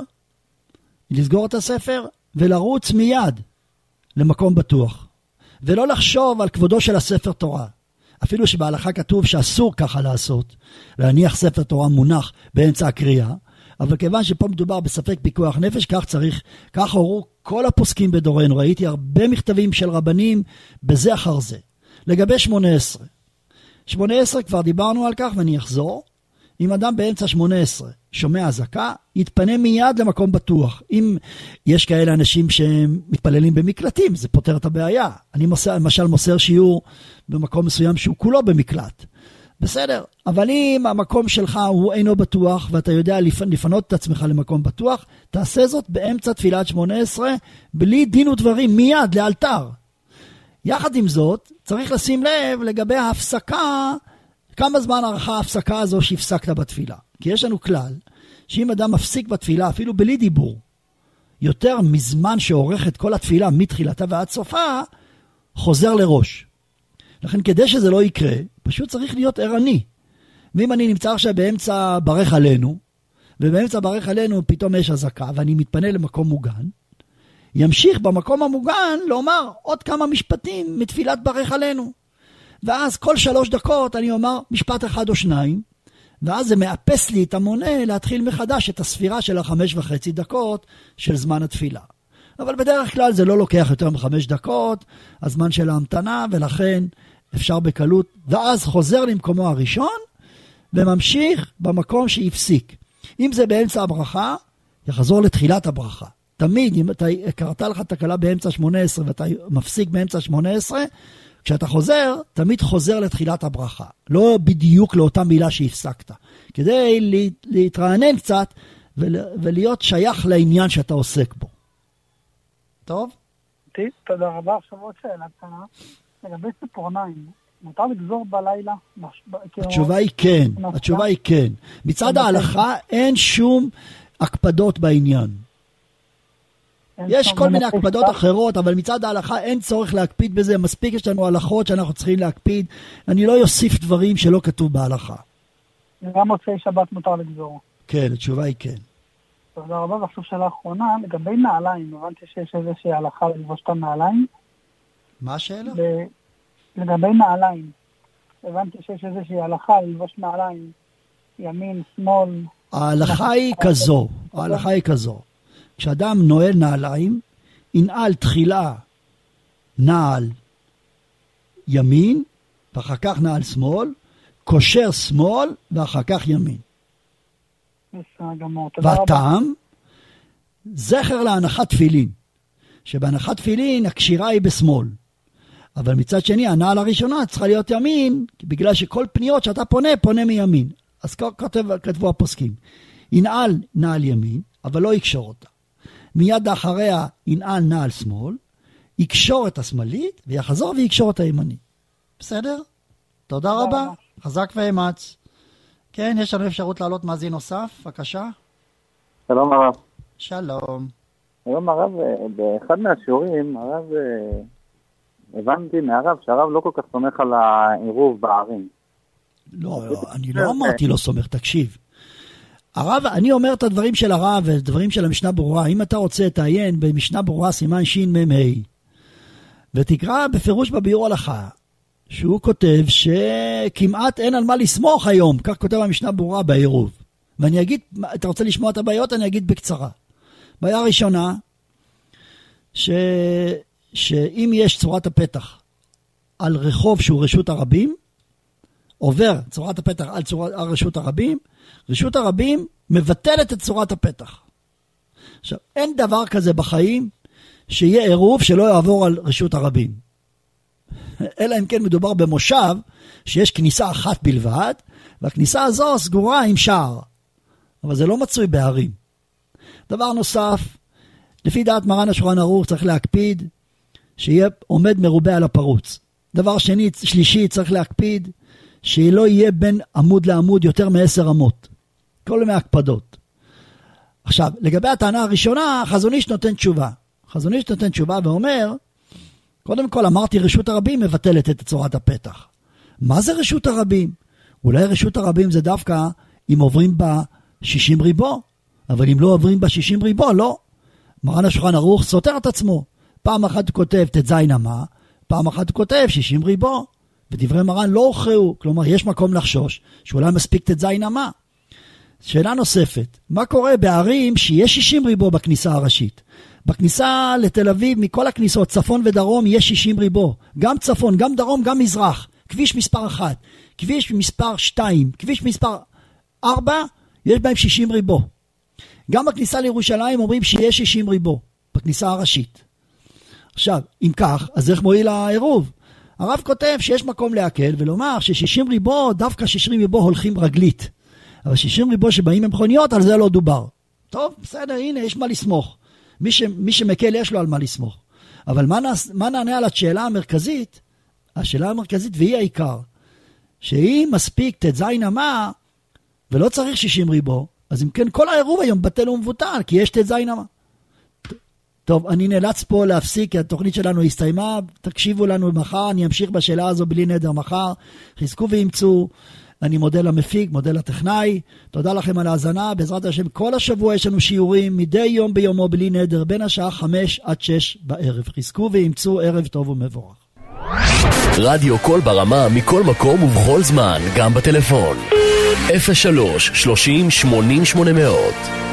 לסגור את הספר ולרוץ מיד למקום בטוח. ולא לחשוב על כבודו של הספר תורה. אפילו שבהלכה כתוב שאסור ככה לעשות, להניח ספר תורה מונח באמצע הקריאה, אבל כיוון שפה מדובר בספק פיקוח נפש, כך צריך, כך הורו כל הפוסקים בדורנו. ראיתי הרבה מכתבים של רבנים בזה אחר זה. לגבי שמונה עשרה. שמונה עשרה כבר דיברנו על כך ואני אחזור. אם אדם באמצע שמונה עשרה שומע אזעקה, יתפנה מיד למקום בטוח. אם יש כאלה אנשים שמתפללים במקלטים, זה פותר את הבעיה. אני מוסר, למשל מוסר שיעור במקום מסוים שהוא כולו במקלט. בסדר, אבל אם המקום שלך הוא אינו בטוח, ואתה יודע לפנות את עצמך למקום בטוח, תעשה זאת באמצע תפילת שמונה עשרה, בלי דין ודברים, מיד, לאלתר. יחד עם זאת, צריך לשים לב לגבי ההפסקה, כמה זמן ערכה ההפסקה הזו שהפסקת בתפילה. כי יש לנו כלל, שאם אדם מפסיק בתפילה, אפילו בלי דיבור, יותר מזמן שעורך את כל התפילה, מתחילתה ועד סופה, חוזר לראש. לכן כדי שזה לא יקרה, פשוט צריך להיות ערני. ואם אני נמצא עכשיו באמצע ברך עלינו, ובאמצע ברך עלינו פתאום יש אזעקה, ואני מתפנה למקום מוגן, ימשיך במקום המוגן לומר עוד כמה משפטים מתפילת ברך עלינו. ואז כל שלוש דקות אני אומר משפט אחד או שניים, ואז זה מאפס לי את המונה להתחיל מחדש את הספירה של החמש וחצי דקות של זמן התפילה. אבל בדרך כלל זה לא לוקח יותר מחמש דקות, הזמן של ההמתנה, ולכן אפשר בקלות, ואז חוזר למקומו הראשון, וממשיך במקום שהפסיק. אם זה באמצע הברכה, יחזור לתחילת הברכה. תמיד, אם אתה קרתה לך תקלה באמצע שמונה עשרה, ואתה מפסיק באמצע שמונה עשרה, כשאתה חוזר, תמיד חוזר לתחילת הברכה. לא בדיוק לאותה מילה שהפסקת. כדי להתרענן קצת, ולהיות שייך לעניין שאתה עוסק בו. טוב? תודה רבה. עכשיו עוד שאלה קטנה. לגבי ציפורניים, מותר לגזור בלילה? התשובה היא כן. התשובה היא כן. מצד ההלכה אין שום הקפדות בעניין. יש כל מיני הקפדות אחרות, אבל מצד ההלכה אין צורך להקפיד בזה, מספיק יש לנו הלכות שאנחנו צריכים להקפיד, אני לא יוסיף דברים שלא כתוב בהלכה. גם מוצאי שבת מותר לגזור. כן, התשובה היא כן. תודה רבה, ועכשיו שאלה אחרונה, לגבי נעליים, הבנתי שיש איזושהי הלכה ללבוש את הנעליים. מה השאלה? לגבי נעליים, הבנתי שיש איזושהי הלכה ללבוש נעליים, ימין, שמאל. ההלכה היא כזו, ההלכה היא כזו. כשאדם נועל נעליים, ינעל תחילה נעל ימין, ואחר כך נעל שמאל, קושר שמאל, ואחר כך ימין. והטעם, זכר להנחת תפילין, שבהנחת תפילין הקשירה היא בשמאל. אבל מצד שני, הנעל הראשונה צריכה להיות ימין, בגלל שכל פניות שאתה פונה, פונה מימין. אז כתב, כתבו הפוסקים. ינעל נעל ימין, אבל לא יקשור אותה. מיד אחריה ינעל נעל שמאל, יקשור את השמאלית, ויחזור ויקשור את הימנית. בסדר? תודה רבה. חזק ואמץ. כן, יש לנו אפשרות לעלות מאזין נוסף. בבקשה. שלום הרב. שלום. היום הרב, באחד מהשיעורים, הרב, הבנתי מהרב שהרב לא כל כך סומך על העירוב בערים. לא, אני לא אמרתי לא סומך, תקשיב. הרב, אני אומר את הדברים של הרב ודברים של המשנה ברורה. אם אתה רוצה תעיין במשנה ברורה סימן שין מם ה' ותקרא בפירוש בביאור הלכה, שהוא כותב שכמעט אין על מה לסמוך היום, כך כותב המשנה ברורה בעירוב. ואני אגיד, אתה רוצה לשמוע את הבעיות? אני אגיד בקצרה. בעיה ראשונה, ש... שאם יש צורת הפתח על רחוב שהוא רשות הרבים, עובר צורת הפתח על, צורת, על רשות הרבים, רשות הרבים מבטלת את צורת הפתח. עכשיו, אין דבר כזה בחיים שיהיה עירוב שלא יעבור על רשות הרבים. אלא אם כן מדובר במושב שיש כניסה אחת בלבד, והכניסה הזו סגורה עם שער. אבל זה לא מצוי בערים. דבר נוסף, לפי דעת מרן השולחן ערוך צריך להקפיד שיהיה עומד מרובה על הפרוץ. דבר שני, שלישי, צריך להקפיד שלא יהיה בין עמוד לעמוד יותר מעשר אמות. כל מיני הקפדות. עכשיו, לגבי הטענה הראשונה, חזון איש נותן תשובה. חזון איש נותן תשובה ואומר, קודם כל אמרתי רשות הרבים מבטלת את צורת הפתח. מה זה רשות הרבים? אולי רשות הרבים זה דווקא אם עוברים בה שישים ריבו, אבל אם לא עוברים בה שישים ריבו, לא. מרן השולחן ערוך סותר את עצמו. פעם אחת הוא כותב תזין אמה, פעם אחת הוא כותב שישים ריבו, ודברי מרן לא הוכרעו, כלומר יש מקום לחשוש, שאולי מספיק תזין אמה. שאלה נוספת, מה קורה בערים שיש שישים ריבו בכניסה הראשית? בכניסה לתל אביב, מכל הכניסות, צפון ודרום, יש שישים ריבו. גם צפון, גם דרום, גם מזרח. כביש מספר אחת, כביש מספר שתיים, כביש מספר ארבע, יש בהם שישים ריבו. גם בכניסה לירושלים אומרים שיש שישים ריבו, בכניסה הראשית. עכשיו, אם כך, אז איך מועיל העירוב? הרב כותב שיש מקום להקל ולומר ש-שישים ריבו, דווקא שישים ריבו הולכים רגלית. אבל שישים ריבו שבאים במכוניות, על זה לא דובר. טוב, בסדר, הנה, יש מה לסמוך. מי, ש, מי שמקל יש לו על מה לסמוך. אבל מה, נעש, מה נענה על השאלה המרכזית? השאלה המרכזית והיא העיקר. שהיא מספיק תזין אמה ולא צריך שישים ריבו, אז אם כן כל העירוב היום בטל ומבוטל, כי יש תזין אמה. טוב, אני נאלץ פה להפסיק, כי התוכנית שלנו הסתיימה, תקשיבו לנו מחר, אני אמשיך בשאלה הזו בלי נדר מחר, חזקו ואמצו, אני מודה למפיק, מודה לטכנאי, תודה לכם על ההאזנה, בעזרת השם כל השבוע יש לנו שיעורים, מדי יום ביומו בלי נדר, בין השעה חמש עד שש בערב, חזקו ואמצו, ערב טוב ומבורך. רדיו קול ברמה מכל מקום ובכל זמן, גם בטלפון, אפס שלוש שלושים שמונים שמונה מאות.